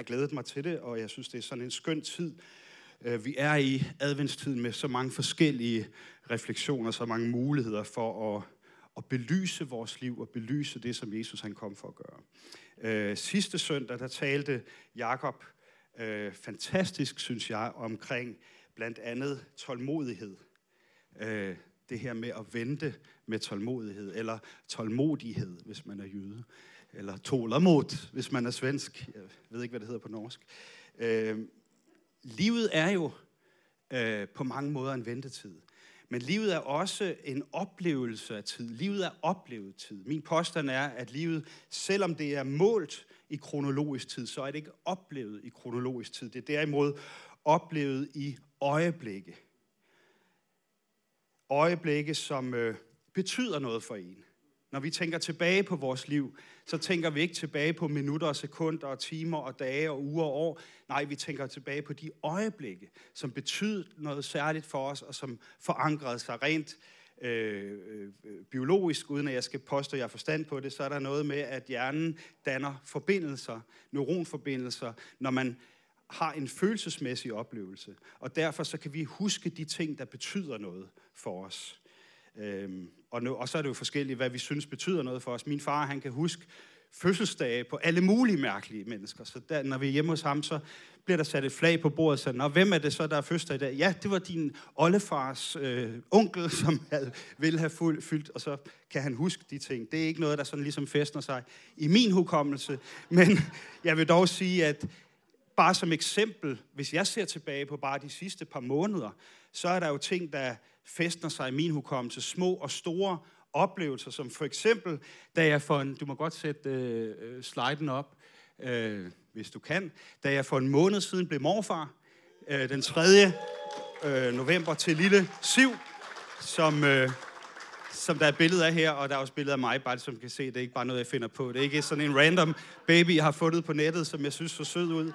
har glædet mig til det, og jeg synes, det er sådan en skøn tid. Vi er i adventstiden med så mange forskellige refleksioner, så mange muligheder for at belyse vores liv og belyse det, som Jesus han kom for at gøre. Sidste søndag, der talte Jakob fantastisk, synes jeg, omkring blandt andet tålmodighed. Det her med at vente med tålmodighed, eller tålmodighed, hvis man er jøde, eller tålermod, hvis man er svensk. Jeg ved ikke, hvad det hedder på norsk. Livet er jo på mange måder en ventetid. Men livet er også en oplevelse af tid. Livet er oplevet tid. Min påstand er, at livet, selvom det er målt i kronologisk tid, så er det ikke oplevet i kronologisk tid. Det er derimod oplevet i øjeblikke. Øjeblikke, som betyder noget for en. Når vi tænker tilbage på vores liv, så tænker vi ikke tilbage på minutter og sekunder og timer og dage og uger og år. Nej, vi tænker tilbage på de øjeblikke, som betyder noget særligt for os, og som forankrede sig rent biologisk, uden at jeg skal påstå, at jeg har forstand på det, så er der noget med, at hjernen danner forbindelser, neuronforbindelser, når man har en følelsesmæssig oplevelse. Og derfor så kan vi huske de ting, der betyder noget for os. Og så er det jo forskelligt, hvad vi synes betyder noget for os. Min far, han kan huske fødselsdage på alle mulige mærkelige mennesker. Så når vi er hjemme hos ham, så bliver der sat et flag på bordet og sagt, nå, hvem er det så, der er fødselsdag i dag? Ja, det var din oldefars onkel, som ville have fyldt, og så kan han huske de ting. Det er ikke noget, der sådan ligesom fæstner sig i min hukommelse. Men jeg vil dog sige, at bare som eksempel, hvis jeg ser tilbage på bare de sidste par måneder, så er der jo ting, der fæstner sig i min hukommelse. Små og store oplevelser, som for eksempel, da jeg du må godt sætte sliden op, hvis du kan, da jeg for en måned siden blev morfar, den 3. november til lille Siv, som der er billeder af her, og der er også billeder af mig, bare som kan se, det er ikke bare noget, jeg finder på. Det er ikke sådan en random baby, jeg har fundet på nettet, som jeg synes så sød ud.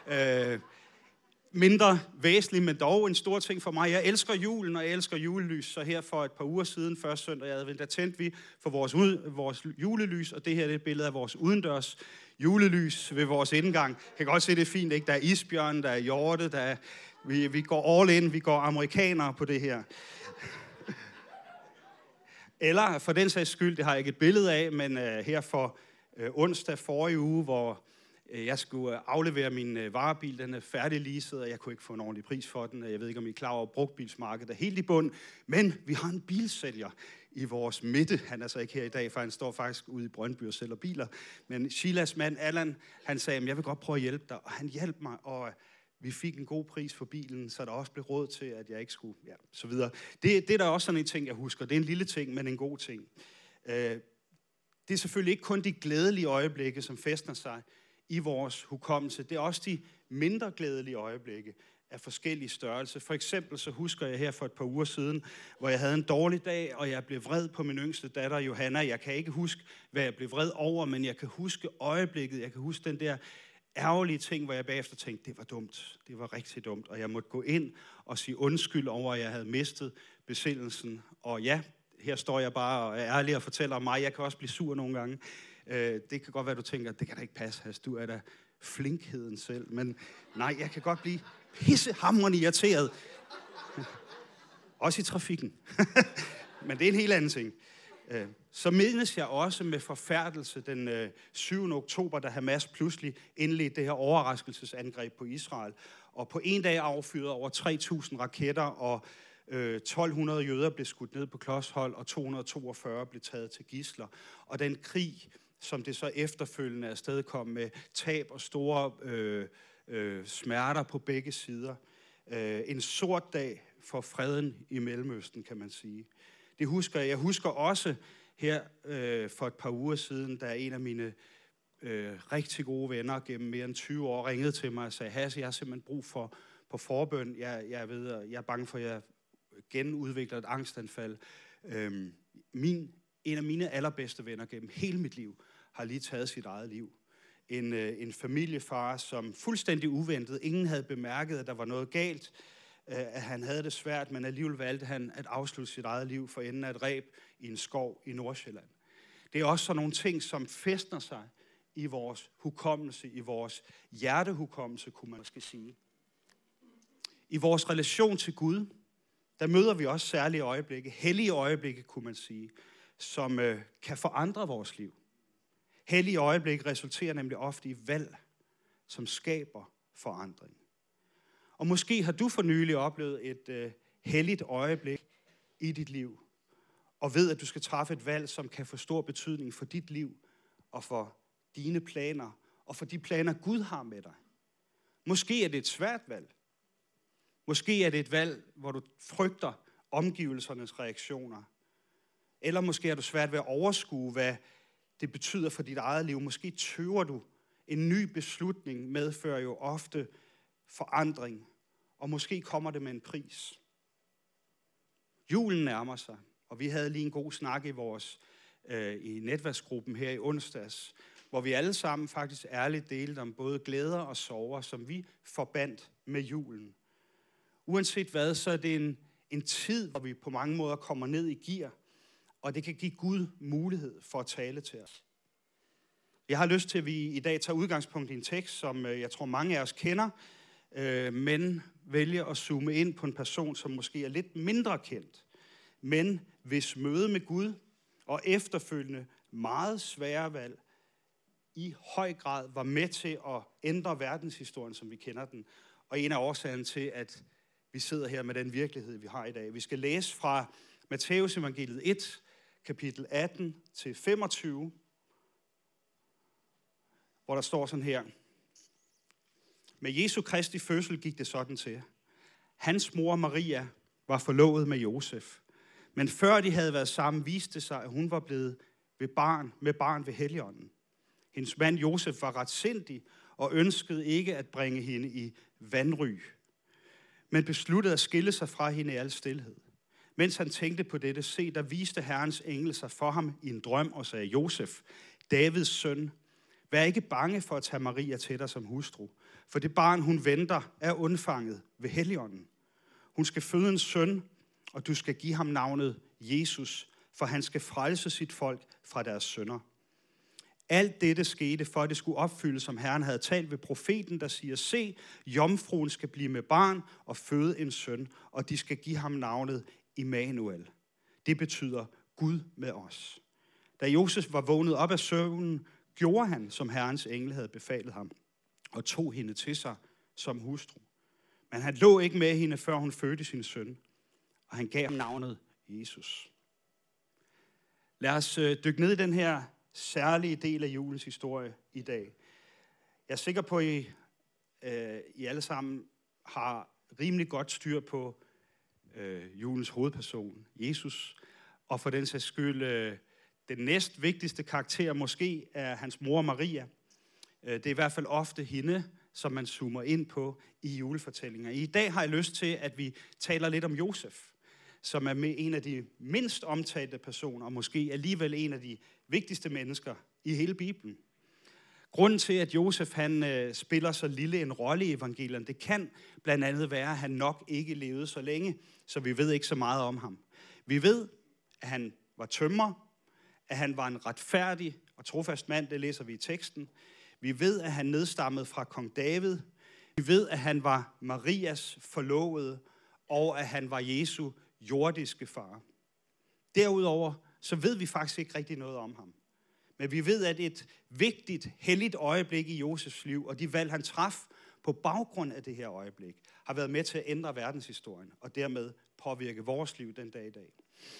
Mindre væsentlig, men dog en stor ting for mig. Jeg elsker julen, og jeg elsker julelys. Så her for et par uger siden, første søndag i advent, der tændte vi for vores julelys, og det her er et billede af vores udendørs julelys ved vores indgang. Jeg kan godt se, det er fint, ikke? Der er isbjørn, der er hjorte, vi går all in, vi går amerikanere på det her. Eller for den sags skyld, det har jeg ikke et billede af, men her for onsdag forrige uge, hvor jeg skulle aflevere min varebil, den er færdigleaset, og jeg kunne ikke få en ordentlig pris for den. Jeg ved ikke, om I er klar over, at brugtbilsmarkedet er helt i bund, men vi har en bilsælger i vores midte. Han er så ikke her i dag, for han står faktisk ude i Brøndby og sælger biler. Men Sheilas mand, Allan, han sagde, jeg vil godt prøve at hjælpe dig, og han hjalp mig, og vi fik en god pris for bilen, så der også blev råd til, at jeg ikke skulle, ja, så videre. Det er der også sådan en ting, jeg husker. Det er en lille ting, men en god ting. Det er selvfølgelig ikke kun de glædelige øjeblikke, som fæstner sig i vores hukommelse. Det er også de mindre glædelige øjeblikke af forskellige størrelse. For eksempel så husker jeg her for et par uger siden, hvor jeg havde en dårlig dag, og jeg blev vred på min yngste datter, Johanna. Jeg kan ikke huske, hvad jeg blev vred over, men jeg kan huske øjeblikket. Jeg kan huske den der ærgerlige ting, hvor jeg bagefter tænkte, det var dumt. Det var rigtig dumt, og jeg måtte gå ind og sige undskyld over, at jeg havde mistet besindelsen. Og ja, her står jeg bare og er ærlig og fortæller om mig. Jeg kan også blive sur nogle gange. Det kan godt være, du tænker, det kan da ikke passe, Has. Du er da flinkheden selv. Men nej, jeg kan godt blive pissehamrende irriteret. Også i trafikken. Men det er en helt anden ting. Så mindes jeg også med forfærdelse den 7. oktober, da Hamas pludselig indledte det her overraskelsesangreb på Israel. Og på en dag affyrede over 3.000 raketter, og 1.200 jøder blev skudt ned på klodshold, og 242 blev taget til gidsler. Og den krig, som det så efterfølgende afstedkom med tab og store smerter på begge sider. En sort dag for freden i Mellemøsten, kan man sige. Det husker jeg. Jeg husker også her for et par uger siden, da en af mine rigtig gode venner gennem mere end 20 år ringede til mig og sagde, Hasse, jeg har simpelthen brug for forbøn. Jeg er bange for, at jeg genudvikler et angstanfald. En af mine allerbedste venner gennem hele mit liv har lige taget sit eget liv. En familiefar, som fuldstændig uventet, ingen havde bemærket, at der var noget galt, at han havde det svært, men alligevel valgte han at afslutte sit eget liv for enden af et reb i en skov i Nordsjælland. Det er også sådan nogle ting, som fæstner sig i vores hukommelse, i vores hjertehukommelse, kunne man måske sige. I vores relation til Gud, der møder vi også særlige øjeblikke, hellige øjeblikke, kunne man sige, som kan forandre vores liv. Hellige øjeblikke resulterer nemlig ofte i valg, som skaber forandring. Og måske har du for nylig oplevet et helligt øjeblik i dit liv, og ved, at du skal træffe et valg, som kan få stor betydning for dit liv, og for dine planer, og for de planer, Gud har med dig. Måske er det et svært valg. Måske er det et valg, hvor du frygter omgivelsernes reaktioner. Eller måske er du svært ved at overskue, hvad det betyder for dit eget liv. Måske tøver du. En ny beslutning medfører jo ofte forandring, og måske kommer det med en pris. Julen nærmer sig, og vi havde lige en god snak i netværksgruppen her i onsdags, hvor vi alle sammen faktisk ærligt delte om både glæder og sorger, som vi forbandt med julen. Uanset hvad, så er det en tid, hvor vi på mange måder kommer ned i gear, og det kan give Gud mulighed for at tale til os. Jeg har lyst til, at vi i dag tager udgangspunkt i en tekst, som jeg tror mange af os kender, men vælger at zoome ind på en person, som måske er lidt mindre kendt, men hvis møde med Gud og efterfølgende meget svære valg i høj grad var med til at ændre verdenshistorien, som vi kender den, og en af årsagerne til, at vi sidder her med den virkelighed, vi har i dag. Vi skal læse fra Matthæus evangeliet 1, kapitel 18 til 25, hvor der står sådan her. Med Jesu Kristi fødsel gik det sådan til. Hans mor Maria var forlovet med Josef, men før de havde været sammen, viste det sig, at hun var blevet med barn ved Helligånden. Hendes mand Josef var retsindig og ønskede ikke at bringe hende i vanry, men besluttede at skille sig fra hende i al stilhed. Mens han tænkte på dette, se, der viste Herrens engel sig for ham i en drøm og sagde, Josef, Davids søn, vær ikke bange for at tage Maria til dig som hustru, for det barn, hun venter, er undfanget ved Helligånden. Hun skal føde en søn, og du skal give ham navnet Jesus, for han skal frelse sit folk fra deres synder. Alt dette skete, for at det skulle opfyldes, som Herren havde talt ved profeten, der siger, se, jomfruen skal blive med barn og føde en søn, og de skal give ham navnet Immanuel. Det betyder Gud med os. Da Josef var vågnet op af søvnen, gjorde han, som Herrens engel havde befalet ham, og tog hende til sig som hustru. Men han lå ikke med hende, før hun fødte sin søn, og han gav ham navnet Jesus. Lad os dykke ned i den her særlige del af julens historie i dag. Jeg er sikker på, at I alle sammen har rimelig godt styr på julens hovedperson, Jesus, og for den sags skyld den næst vigtigste karakter måske er hans mor Maria. Det er i hvert fald ofte hende, som man zoomer ind på i julefortællinger. I dag har jeg lyst til, at vi taler lidt om Josef, som er med en af de mindst omtalte personer, og måske alligevel en af de vigtigste mennesker i hele Bibelen. Grunden til, at Josef han spiller så lille en rolle i evangelierne, det kan blandt andet være, at han nok ikke levede så længe, så vi ved ikke så meget om ham. Vi ved, at han var tømrer, at han var en retfærdig og trofast mand, det læser vi i teksten. Vi ved, at han nedstammede fra kong David. Vi ved, at han var Marias forlovede, og at han var Jesu jordiske far. Derudover så ved vi faktisk ikke rigtig noget om ham. Men vi ved, at et vigtigt, helligt øjeblik i Josefs liv, og de valg, han traf på baggrund af det her øjeblik, har været med til at ændre verdenshistorien, og dermed påvirke vores liv den dag i dag.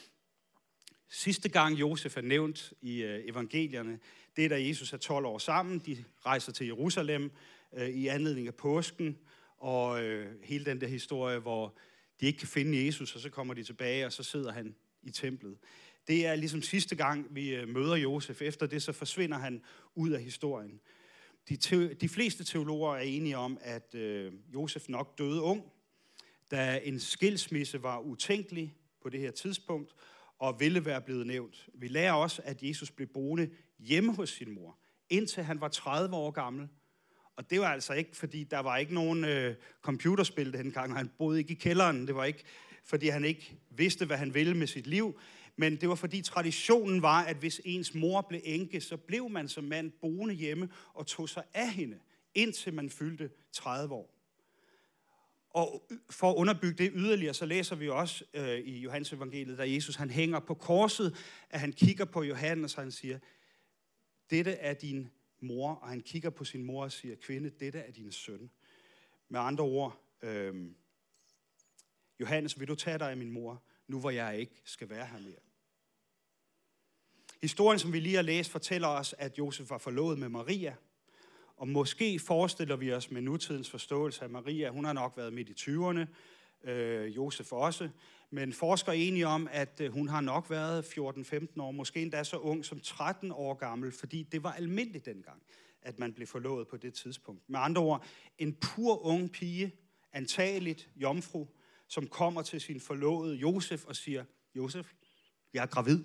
Sidste gang Josef er nævnt i evangelierne, det er da Jesus er 12 år sammen. De rejser til Jerusalem i anledning af påsken, og hele den der historie, hvor de ikke kan finde Jesus, og så kommer de tilbage, og så sidder han i templet. Det er ligesom sidste gang, vi møder Josef. Efter det, så forsvinder han ud af historien. De fleste teologer er enige om, at Josef nok døde ung, da en skilsmisse var utænkelig på det her tidspunkt, og ville være blevet nævnt. Vi lærer også, at Jesus blev boende hjemme hos sin mor, indtil han var 30 år gammel. Og det var altså ikke, fordi der var ikke nogen computerspil dengang, og han boede ikke i kælderen. Det var ikke, fordi han ikke vidste, hvad han ville med sit liv. Men det var fordi traditionen var, at hvis ens mor blev enke, så blev man som mand boende hjemme og tog sig af hende, indtil man fyldte 30 år. Og for at underbygge det yderligere, så læser vi også i Johannes evangeliet, da Jesus han hænger på korset, at han kigger på Johannes, og han siger, dette er din mor, og han kigger på sin mor og siger, kvinde, dette er din søn. Med andre ord, Johannes, vil du tage dig af min mor, nu hvor jeg ikke skal være her mere? Historien, som vi lige har læst, fortæller os, at Josef var forlovet med Maria. Og måske forestiller vi os med nutidens forståelse af Maria, hun har nok været midt i 20'erne, Josef også, men forskere er enige om, at hun har nok været 14-15 år, måske endda så ung som 13 år gammel, fordi det var almindeligt dengang, at man blev forlovet på det tidspunkt. Med andre ord, en pur ung pige, antageligt jomfru, som kommer til sin forlovede Josef og siger, Josef, jeg er gravid.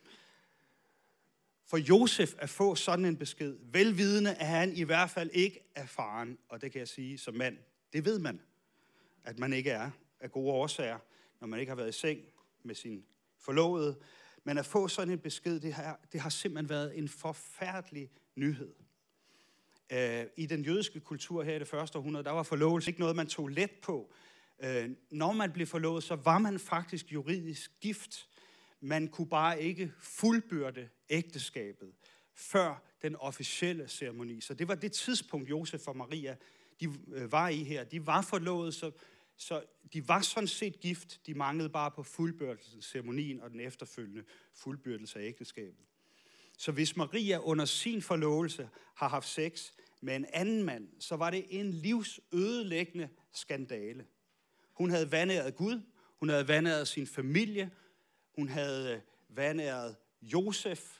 For Josef at få sådan en besked, velvidende at han i hvert fald ikke er faren, og det kan jeg sige som mand, det ved man, at man ikke er af gode årsager, når man ikke har været i seng med sin forlovede. Men at få sådan en besked, det har simpelthen været en forfærdelig nyhed. I den jødiske kultur her i det første århundrede, der var forlovelse ikke noget, man tog let på. Når man blev forlovet, så var man faktisk juridisk gift. Man kunne bare ikke fuldbyrde ægteskabet før den officielle ceremoni. Så det var det tidspunkt, Josef og Maria de var i her. De var forlovet, så de var sådan set gift. De manglede bare på fuldbyrdelsesceremonien og den efterfølgende fuldbyrdelse af ægteskabet. Så hvis Maria under sin forlovelse har haft sex med en anden mand, så var det en livsødelæggende skandale. Hun havde vanæret Gud, hun havde vanæret sin familie, hun havde vanæret Josef,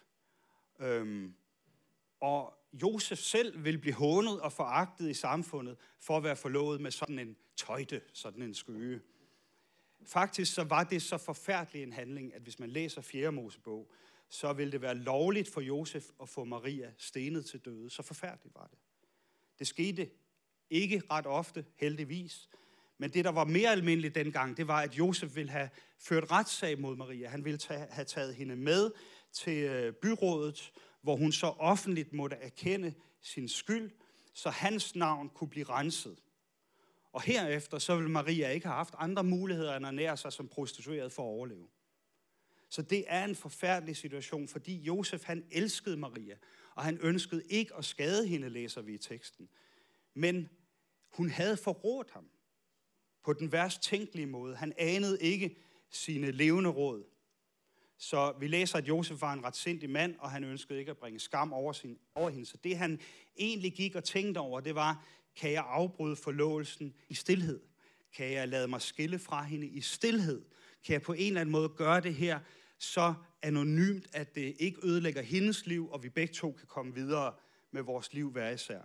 og Josef selv ville blive hånet og foragtet i samfundet for at være forlovet med sådan en tøjte, sådan en skøge. Faktisk så var det så forfærdelig en handling, at hvis man læser 4. Mosebog, så ville det være lovligt for Josef at få Maria stenet til døde. Så forfærdeligt var det. Det skete ikke ret ofte, heldigvis. Men det, der var mere almindeligt dengang, det var, at Josef ville have ført retssag mod Maria. Han ville have taget hende med til byrådet, hvor hun så offentligt måtte erkende sin skyld, så hans navn kunne blive renset. Og herefter så ville Maria ikke have haft andre muligheder end at nære sig som prostitueret for at overleve. Så det er en forfærdelig situation, fordi Josef han elskede Maria, og han ønskede ikke at skade hende, læser vi i teksten. Men hun havde forrådt ham på den værst tænkelige måde. Han anede ikke sine levende råd. Så vi læser, at Josef var en retsindig mand, og han ønskede ikke at bringe skam over hende. Så det han egentlig gik og tænkte over, det var, kan jeg afbryde forlovelsen i stilhed? Kan jeg lade mig skille fra hende i stilhed? Kan jeg på en eller anden måde gøre det her så anonymt, at det ikke ødelægger hendes liv, og vi begge to kan komme videre med vores liv hver især?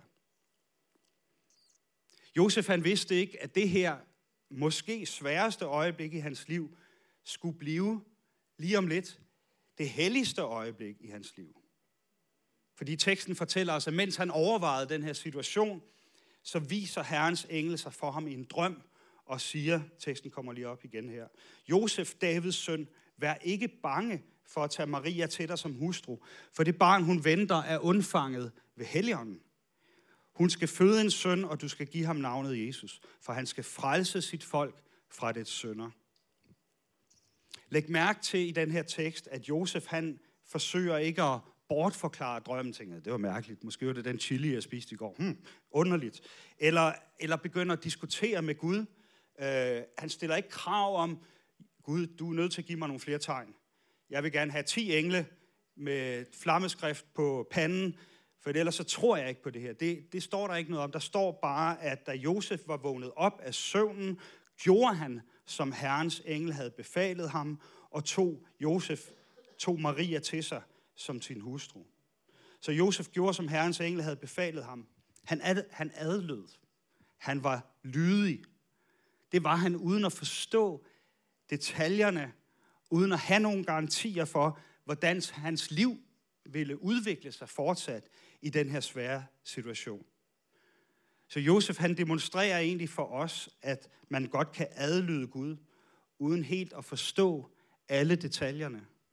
Josef han vidste ikke, at det her måske sværeste øjeblik i hans liv skulle blive lige om lidt det helligste øjeblik i hans liv. Fordi teksten fortæller os, at mens han overvejede den her situation, så viser Herrens engel sig for ham i en drøm og siger, teksten kommer lige op igen her, Josef, Davids søn, vær ikke bange for at tage Maria til dig som hustru, for det barn, hun venter, er undfanget ved Helligånden. Hun skal føde en søn, og du skal give ham navnet Jesus, for han skal frelse sit folk fra dets synder. Læg mærke til i den her tekst, at Josef han forsøger ikke at bortforklare drømmen. Tænker, det var mærkeligt. Måske var det den chili, jeg spiste i går. Underligt. Eller begynder at diskutere med Gud. Han stiller ikke krav om, Gud, du er nødt til at give mig nogle flere tegn. Jeg vil gerne have 10 engle med flammeskrift på panden, for ellers så tror jeg ikke på det her. Det står der ikke noget om. Der står bare, at da Josef var vågnet op af søvnen, gjorde han, som Herrens engel havde befalet ham, og tog Maria til sig som sin hustru. Så Josef gjorde, som Herrens engel havde befalet ham. Han adlød. Han var lydig. Det var han uden at forstå detaljerne, uden at have nogle garantier for, hvordan hans liv ville udvikle sig fortsat i den her svære situation. Så Josef han demonstrerer egentlig for os, at man godt kan adlyde Gud, uden helt at forstå alle detaljerne.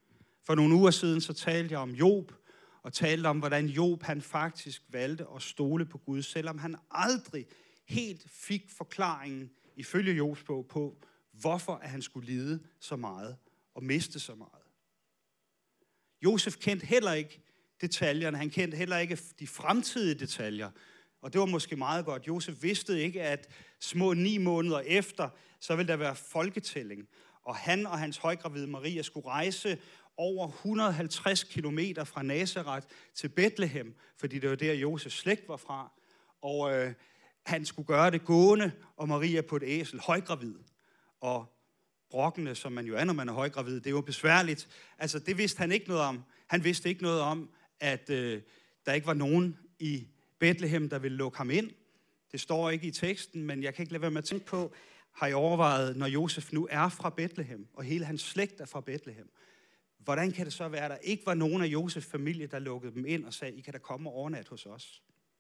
For nogle uger siden så talte jeg om Job, og talte om, hvordan Job han faktisk valgte at stole på Gud, selvom han aldrig helt fik forklaringen, ifølge Jobs bog, på, hvorfor han skulle lide så meget og miste så meget. Josef kendte heller ikke detaljerne, han kendte heller ikke de fremtidige detaljer, og det var måske meget godt. Josef vidste ikke, at små 9 måneder efter, så ville der være folketælling, og han og hans højgravide Maria skulle rejse over 150 kilometer fra Nazareth til Bethlehem, fordi det var der, Josefs slægt var fra. Og han skulle gøre det gående, og Maria på et æsel, højgravid. Og brokkene, som man jo er, når man er højgravid, det er jo besværligt. Altså, det vidste han ikke noget om. Han vidste ikke noget om, at der ikke var nogen i Bethlehem, der ville lukke ham ind. Det står ikke i teksten, men jeg kan ikke lade være med at tænke på, har I overvejet, når Josef nu er fra Bethlehem, og hele hans slægt er fra Bethlehem, hvordan kan det så være, at der ikke var nogen af Josefs familie, der lukkede dem ind og sagde, I kan da komme og overnatte hos os?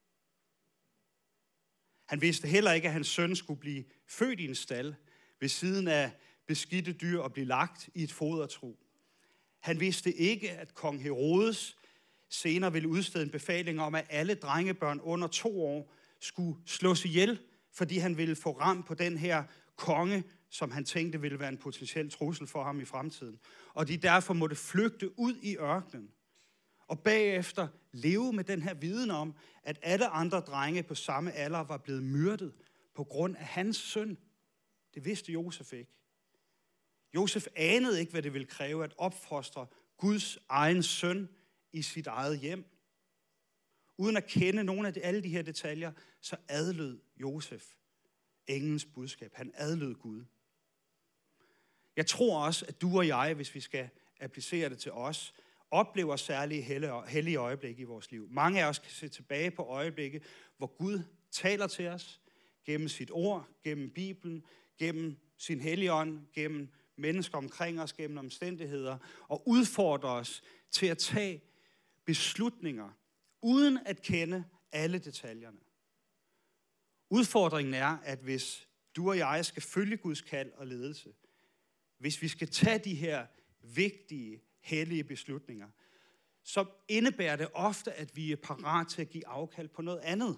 Han vidste heller ikke, at hans søn skulle blive født i en stald ved siden af beskidte dyr og blive lagt i et fodertrug. Han vidste ikke, at kong Herodes senere ville udstede en befaling om, at alle drengebørn under 2 år skulle slås ihjel, fordi han ville få ram på den her konge, som han tænkte ville være en potentiel trussel for ham i fremtiden. Og de derfor måtte flygte ud i ørkenen. Og bagefter leve med den her viden om, at alle andre drenge på samme alder var blevet myrdet på grund af hans synd. Det vidste Josef ikke. Josef anede ikke, hvad det ville kræve at opfostre Guds egen søn i sit eget hjem. Uden at kende nogle af alle de her detaljer, så adlød Josef englens budskab. Han adlød Gud. Jeg tror også, at du og jeg, hvis vi skal applicere det til os, oplever særlige hellige øjeblikke i vores liv. Mange af os kan se tilbage på øjeblikke, hvor Gud taler til os gennem sit ord, gennem Bibelen, gennem sin helligånd, gennem mennesker omkring os, gennem omstændigheder, og udfordrer os til at tage beslutninger, uden at kende alle detaljerne. Udfordringen er, at hvis du og jeg skal følge Guds kald og ledelse, hvis vi skal tage de her vigtige, hellige beslutninger, så indebærer det ofte, at vi er parat til at give afkald på noget andet.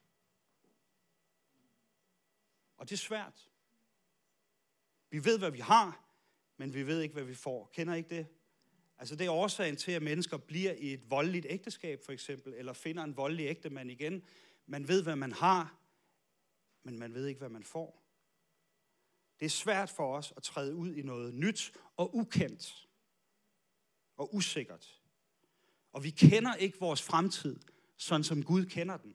Og det er svært. Vi ved, hvad vi har, men vi ved ikke, hvad vi får. Kender I ikke det? Altså det er årsagen til, at mennesker bliver i et voldeligt ægteskab, for eksempel, eller finder en voldelig ægtemand igen. Man ved, hvad man har, men man ved ikke, hvad man får. Det er svært for os at træde ud i noget nyt og ukendt og usikkert. Og vi kender ikke vores fremtid, sådan som Gud kender den.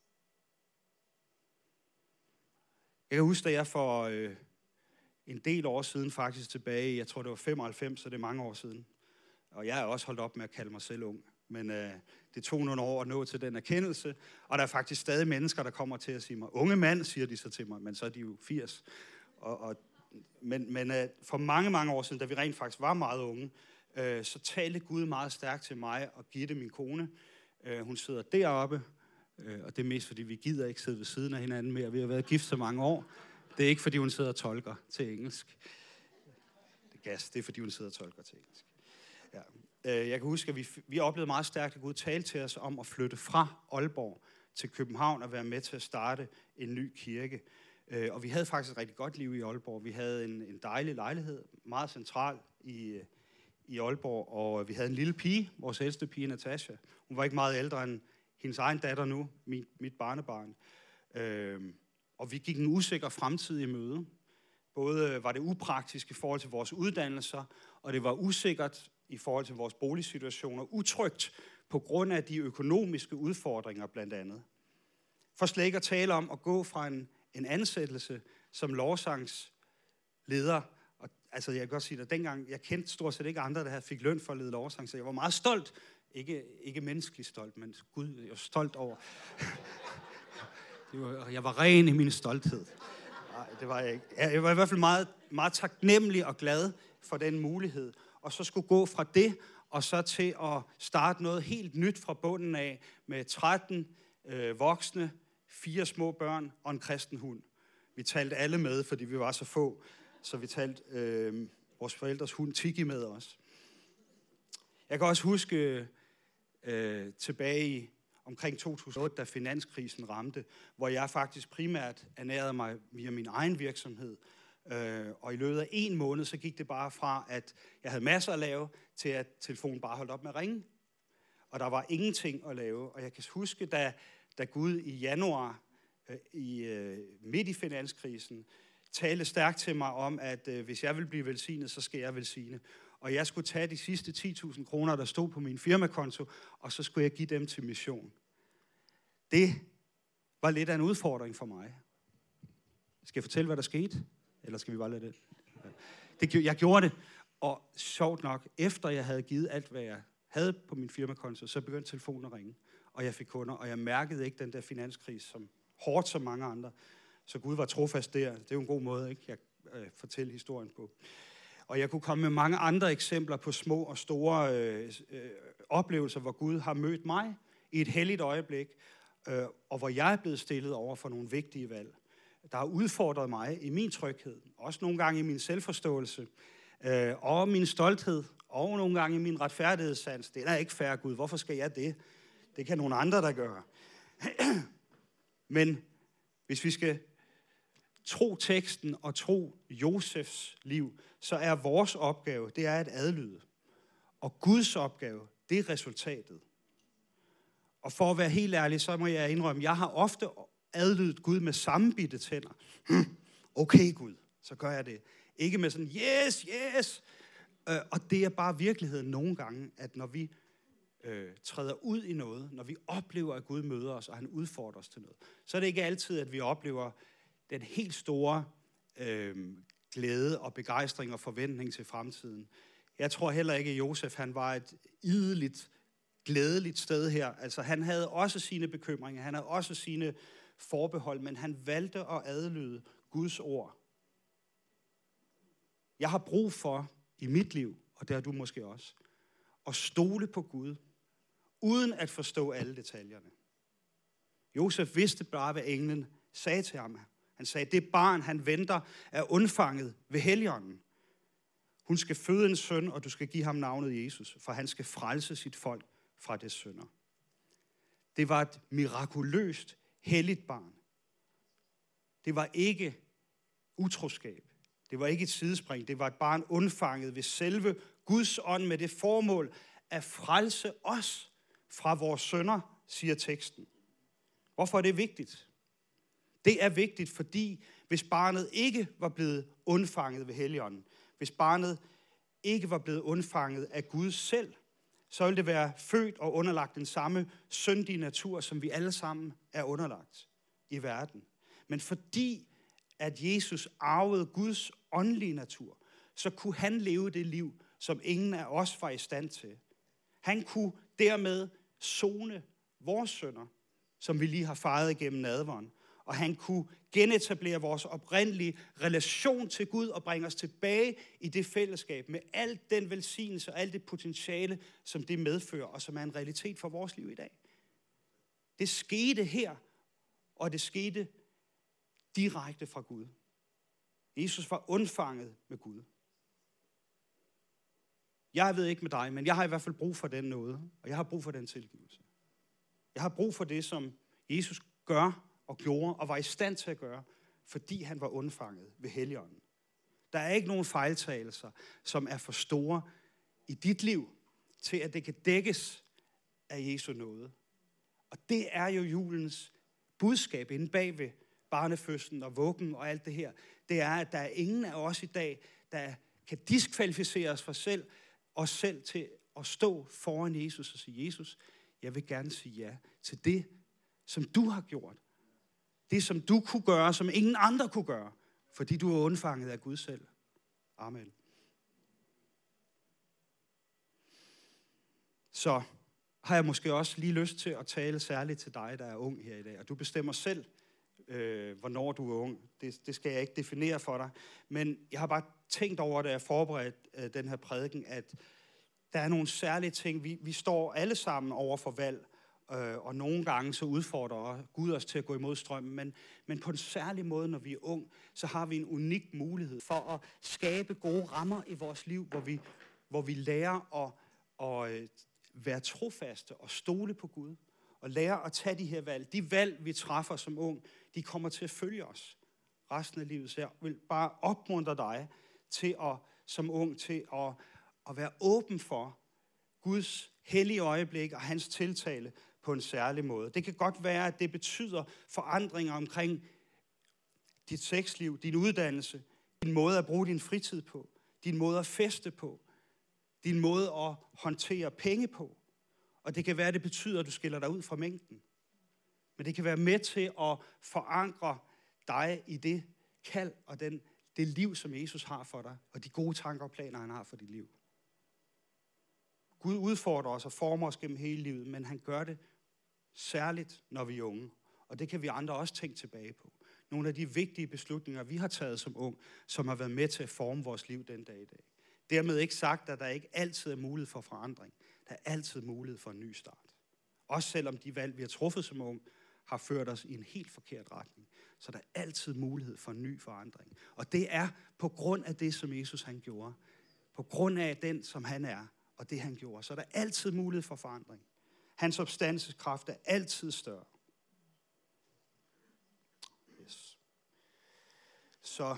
Jeg kan huske, da jeg for en del år siden faktisk tilbage, jeg tror det var 95, så det er mange år siden. Og jeg er også holdt op med at kalde mig selv ung. Men det tog nogle år at nå til den erkendelse. Og der er faktisk stadig mennesker, der kommer til at sige mig, unge mand, siger de så til mig, men så er de jo 80. Men for mange, mange år siden, da vi rent faktisk var meget unge, så talte Gud meget stærkt til mig og Gitte, min kone. Hun sidder deroppe, og det er mest fordi, vi gider ikke sidde ved siden af hinanden mere. Vi har været gift så mange år. Det er ikke fordi, hun sidder og tolker til engelsk. Det er fordi, hun sidder og tolker til engelsk. Ja. Jeg kan huske, at vi oplevede meget stærkt, at Gud talte til os om at flytte fra Aalborg til København og være med til at starte en ny kirke. Og vi havde faktisk et rigtig godt liv i Aalborg. Vi havde en dejlig lejlighed, meget central i Aalborg, og vi havde en lille pige, vores ældste pige, Natasha. Hun var ikke meget ældre end hendes egen datter nu, mit barnebarn. Og vi gik en usikker fremtid i møde. Både var det upraktisk i forhold til vores uddannelser, og det var usikkert i forhold til vores boligsituationer, utrygt på grund af de økonomiske udfordringer blandt andet. For slet ikke at tale om at gå fra en ansættelse som lovsangsleder. Og, altså jeg kan godt sige, at dengang, jeg kendte stort set ikke andre, der fik løn for at lede lovsang, så jeg var meget stolt. Ikke menneskeligt stolt, men Gud, jeg var stolt over. Jeg var ren i min stolthed. Nej, det var jeg ikke. Jeg var i hvert fald meget, meget taknemmelig og glad for den mulighed. Og så skulle gå fra det, og så til at starte noget helt nyt fra bunden af, med 13 voksne, 4 små børn og en kristen hund. Vi talte alle med, fordi vi var så få, så vi talte vores forældres hund Tiki med os. Jeg kan også huske tilbage i omkring 2008, da finanskrisen ramte, hvor jeg faktisk primært ernærede mig via min egen virksomhed. Og i løbet af 1 måned, så gik det bare fra, at jeg havde masser at lave, til at telefonen bare holdt op med at ringe. Og der var ingenting at lave. Og jeg kan huske, da Gud i januar, midt i finanskrisen, talte stærkt til mig om, at hvis jeg vil blive velsignet, så skal jeg velsigne. Og jeg skulle tage de sidste 10.000 kroner, der stod på min firmakonto, og så skulle jeg give dem til mission. Det var lidt af en udfordring for mig. Skal jeg fortælle, hvad der skete? Eller skal vi bare lade det? Jeg gjorde det, og sjovt nok, efter jeg havde givet alt, hvad jeg havde på min firmakonto, så begyndte telefonen at ringe, og jeg fik kunder, og jeg mærkede ikke den der finanskrise som hårdt som mange andre. Så Gud var trofast der. Det er jo en god måde, ikke? Jeg fortæller historien på. Og jeg kunne komme med mange andre eksempler på små og store oplevelser, hvor Gud har mødt mig i et helligt øjeblik, og hvor jeg er blevet stillet over for nogle vigtige valg, der har udfordret mig i min tryghed, også nogle gange i min selvforståelse, og min stolthed, og nogle gange i min retfærdighedssans. Det er ikke fair, Gud. Hvorfor skal jeg det? Det kan nogle andre, der gøre. Men hvis vi skal tro teksten og tro Josefs liv, så er vores opgave, det er at adlyde. Og Guds opgave, det er resultatet. Og for at være helt ærlig, så må jeg indrømme, jeg har ofte adlydet Gud med sammenbitte tænder. Okay, Gud, så gør jeg det. Ikke med sådan, yes. Og det er bare virkeligheden nogle gange, at når vi træder ud i noget, når vi oplever, at Gud møder os, og han udfordrer os til noget, så er det ikke altid, at vi oplever den helt store glæde og begejstring og forventning til fremtiden. Jeg tror heller ikke, at Josef han var et ideligt, glædeligt sted her. Altså, han havde også sine bekymringer, han havde også sine forbehold, men han valgte at adlyde Guds ord. Jeg har brug for i mit liv, og det har du måske også, at stole på Gud, uden at forstå alle detaljerne. Josef vidste bare, hvad englen sagde til ham. Han sagde, det barn, han venter, er undfanget ved Helligånden. Hun skal føde en søn, og du skal give ham navnet Jesus, for han skal frelse sit folk fra dets synder. Det var et mirakuløst, helligt barn. Det var ikke utroskab. Det var ikke et sidespring. Det var et barn undfanget ved selve Guds ånd med det formål at frelse os fra vores synder, siger teksten. Hvorfor er det vigtigt? Det er vigtigt, fordi hvis barnet ikke var blevet undfanget ved Helligånden, hvis barnet ikke var blevet undfanget af Gud selv, så ville det være født og underlagt den samme syndige natur, som vi alle sammen er underlagt i verden. Men fordi at Jesus arvede Guds åndelige natur, så kunne han leve det liv, som ingen af os var i stand til. Han kunne dermed sone vores synder, som vi lige har fejret igennem nadveren. Og han kunne genetablere vores oprindelige relation til Gud og bringe os tilbage i det fællesskab med al den velsignelse og alt det potentiale, som det medfører, og som er en realitet for vores liv i dag. Det skete her, og det skete direkte fra Gud. Jesus var undfanget med Gud. Jeg ved ikke med dig, men jeg har i hvert fald brug for den nåde, og jeg har brug for den tilgivelse. Jeg har brug for det, som Jesus gør og gjorde og var i stand til at gøre, fordi han var undfanget ved Helligånden. Der er ikke nogen fejltagelser, som er for store i dit liv, til at det kan dækkes af Jesu nåde. Og det er jo julens budskab inde bagved barnefødslen og vuggen og alt det her. Det er, at der er ingen af os i dag, der kan diskvalificere os selv til at stå foran Jesus og sige, Jesus, jeg vil gerne sige ja til det, som du har gjort. Det, som du kunne gøre, som ingen andre kunne gøre, fordi du er undfanget af Gud selv. Amen. Så har jeg måske også lige lyst til at tale særligt til dig, der er ung her i dag. Og du bestemmer selv, hvornår du er ung. Det skal jeg ikke definere for dig. Men jeg har bare tænkt over, da jeg forberedte den her prædiken, at der er nogle særlige ting. Vi står alle sammen over for valg, og nogle gange så udfordrer Gud os til at gå imod strømmen. Men på en særlig måde, når vi er ung, så har vi en unik mulighed for at skabe gode rammer i vores liv, hvor vi lærer at være trofaste og stole på Gud. Og lære at tage de her valg. De valg, vi træffer som ung, de kommer til at følge os resten af livet. Så jeg vil bare opmuntre dig til som ung til at være åben for Guds hellige øjeblik og hans tiltale på en særlig måde. Det kan godt være, at det betyder forandringer omkring dit sexliv, din uddannelse, din måde at bruge din fritid på, din måde at feste på, din måde at håndtere penge på. Og det kan være, at det betyder, at du skiller dig ud fra mængden. Men det kan være med til at forankre dig i det kald og det liv, som Jesus har for dig, og de gode tanker og planer, han har for dit liv. Gud udfordrer os og former os gennem hele livet, men han gør det særligt, når vi er unge. Og det kan vi andre også tænke tilbage på. Nogle af de vigtige beslutninger, vi har taget som ung, som har været med til at forme vores liv den dag i dag. Dermed ikke sagt, at der ikke altid er mulighed for forandring. Der er altid mulighed for en ny start. Også selvom de valg, vi har truffet som ung, har ført os i en helt forkert retning. Så der er altid mulighed for en ny forandring. Og det er på grund af det, som Jesus han gjorde. På grund af den, som han er, og det han gjorde. Så der er altid mulighed for forandring. Hans opstandelseskraft er altid større. Yes. Så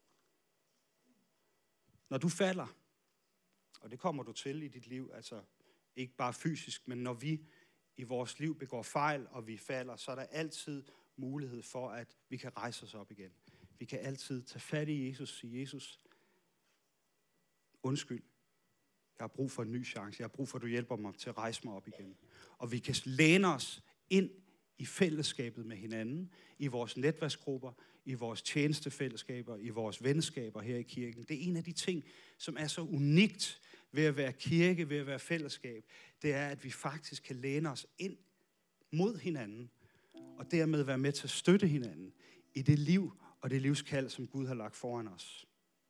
når du falder, og det kommer du til i dit liv, altså ikke bare fysisk, men når vi i vores liv begår fejl, og vi falder, så er der altid mulighed for, at vi kan rejse os op igen. Vi kan altid tage fat i Jesus og sige, Jesus, undskyld, jeg har brug for en ny chance. Jeg har brug for, at du hjælper mig til at rejse mig op igen. Og vi kan læne os ind i fællesskabet med hinanden, i vores netværksgrupper, i vores tjenestefællesskaber, i vores venskaber her i kirken. Det er en af de ting, som er så unikt ved at være kirke, ved at være fællesskab. Det er, at vi faktisk kan læne os ind mod hinanden, og dermed være med til at støtte hinanden i det liv og det livskald, som Gud har lagt foran os.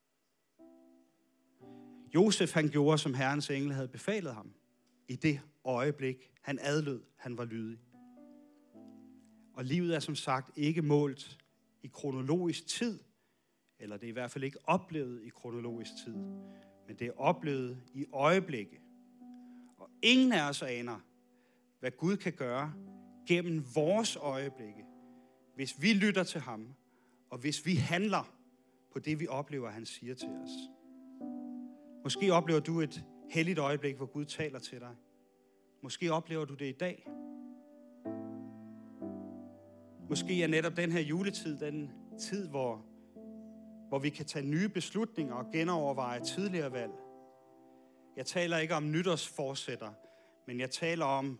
Josef, han gjorde, som Herrens engle havde befalet ham. I det øjeblik, han adlød, han var lydig. Og livet er som sagt ikke målt i kronologisk tid, eller det er i hvert fald ikke oplevet i kronologisk tid, men det er oplevet i øjeblikke. Og ingen af os aner, hvad Gud kan gøre gennem vores øjeblikke, hvis vi lytter til ham, og hvis vi handler på det, vi oplever, han siger til os. Måske oplever du et helligt øjeblik, hvor Gud taler til dig. Måske oplever du det i dag. Måske er netop den her juletid den tid, hvor vi kan tage nye beslutninger og genoverveje tidligere valg. Jeg taler ikke om nytårsforsætter, men jeg taler om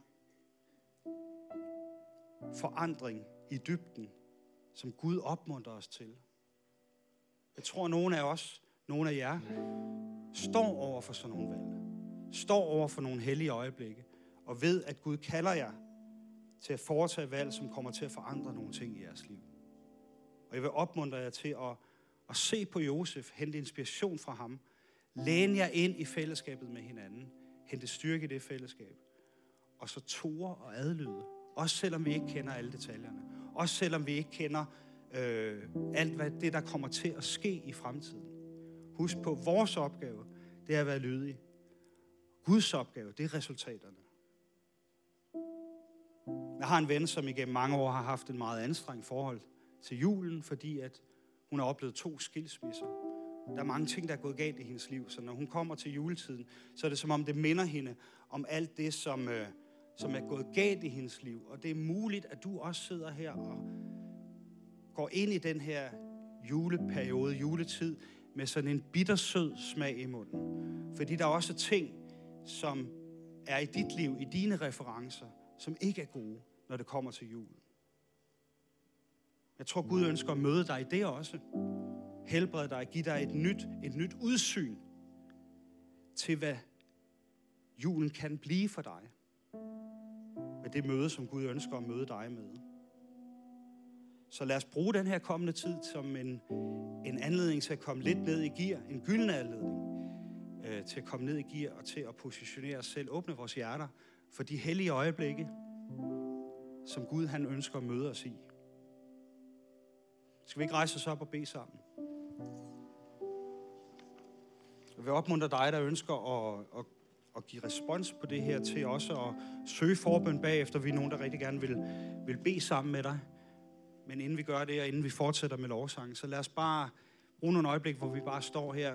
forandring i dybden, som Gud opmuntrer os til. Jeg tror, nogle af os, nogle af jer, står over for sådan nogle valg. Står over for nogle hellige øjeblikke. Og ved, at Gud kalder jer til at foretage valg, som kommer til at forandre nogle ting i jeres liv. Og jeg vil opmuntre jer til at se på Josef, hente inspiration fra ham, læne jer ind i fællesskabet med hinanden, hente styrke i det fællesskab, og så tore og adlyde, også selvom vi ikke kender alle detaljerne, også selvom vi ikke kender alt hvad det, der kommer til at ske i fremtiden. Husk på, vores opgave, det er at være lydige. Guds opgave, det er resultaterne. Jeg har en ven, som igennem mange år har haft en meget anstrengt forhold til julen, fordi at hun har oplevet 2 skilsmisser. Der er mange ting, der er gået galt i hendes liv, så når hun kommer til juletiden, så er det som om det minder hende om alt det, som er gået galt i hendes liv. Og det er muligt, at du også sidder her og går ind i den her juleperiode, juletid, med sådan en bittersød smag i munden. Fordi der er også ting, som er i dit liv, i dine referencer, som ikke er gode, når det kommer til julen. Jeg tror, Gud ønsker at møde dig i det også. Helbrede dig, give dig et nyt udsyn til, hvad julen kan blive for dig. Med det møde, som Gud ønsker at møde dig med. Så lad os bruge den her kommende tid som en anledning til at komme lidt ned i gear, en gylden anledning til at komme ned i gear og til at positionere os selv, åbne vores hjerter for de hellige øjeblikke, som Gud han ønsker at møde os i. Skal vi ikke rejse os op og bede sammen? Jeg vil opmuntre dig, der ønsker at give respons på det her, til også at søge forbøn bagefter. Vi er nogen, der rigtig gerne vil bede sammen med dig. Men inden vi gør det, og inden vi fortsætter med lovsang, så lad os bare bruge nogle øjeblik, hvor vi bare står her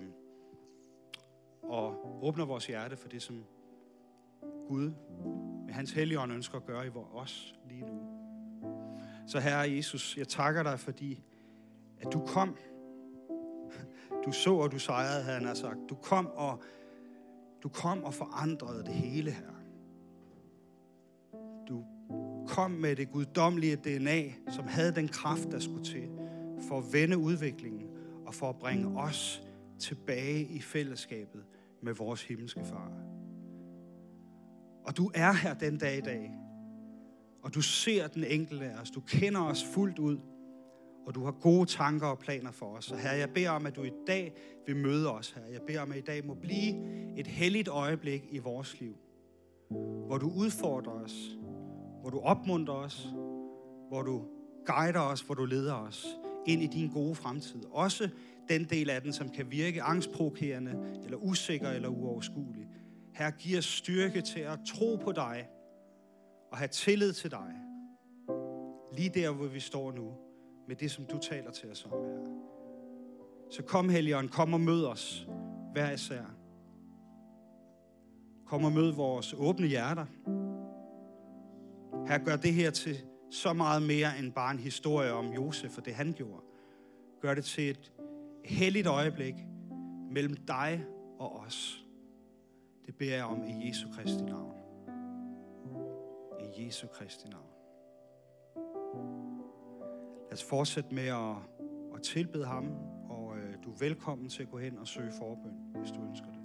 og åbner vores hjerte for det, som Gud med hans Helligånd ønsker at gøre i os lige nu. Så Herre Jesus, jeg takker dig, fordi at du kom. Du så, og du sejrede, havde han sagt. Du kom og forandrede det hele, her. Du kom med det guddommelige DNA, som havde den kraft, der skulle til, for at vende udviklingen, og for at bringe os tilbage i fællesskabet med vores himmelske far. Og du er her den dag i dag, og du ser den enkelte af os. Du kender os fuldt ud, og du har gode tanker og planer for os. Så Herre, jeg beder om, at du i dag vil møde os, Herre. Jeg beder om, at i dag må blive et helligt øjeblik i vores liv, hvor du udfordrer os, hvor du opmuntrer os, hvor du guider os, hvor du leder os ind i din gode fremtid. Også den del af den, som kan virke angstprovokerende, eller usikker, eller uoverskuelig. Herre, giv os styrke til at tro på dig, og have tillid til dig. Lige der, hvor vi står nu, med det, som du taler til os om, Herre. Så kom, Helligånd, kom og mød os hver især. Kom og mød vores åbne hjerter. Herre, gør det her til så meget mere end bare en historie om Josef og det, han gjorde. Gør det til et helligt øjeblik mellem dig og os. Det beder jeg om i Jesu Kristi navn. I Jesu Kristi navn. Lad os fortsætte med at tilbede ham, og du er velkommen til at gå hen og søge forbøn, hvis du ønsker det.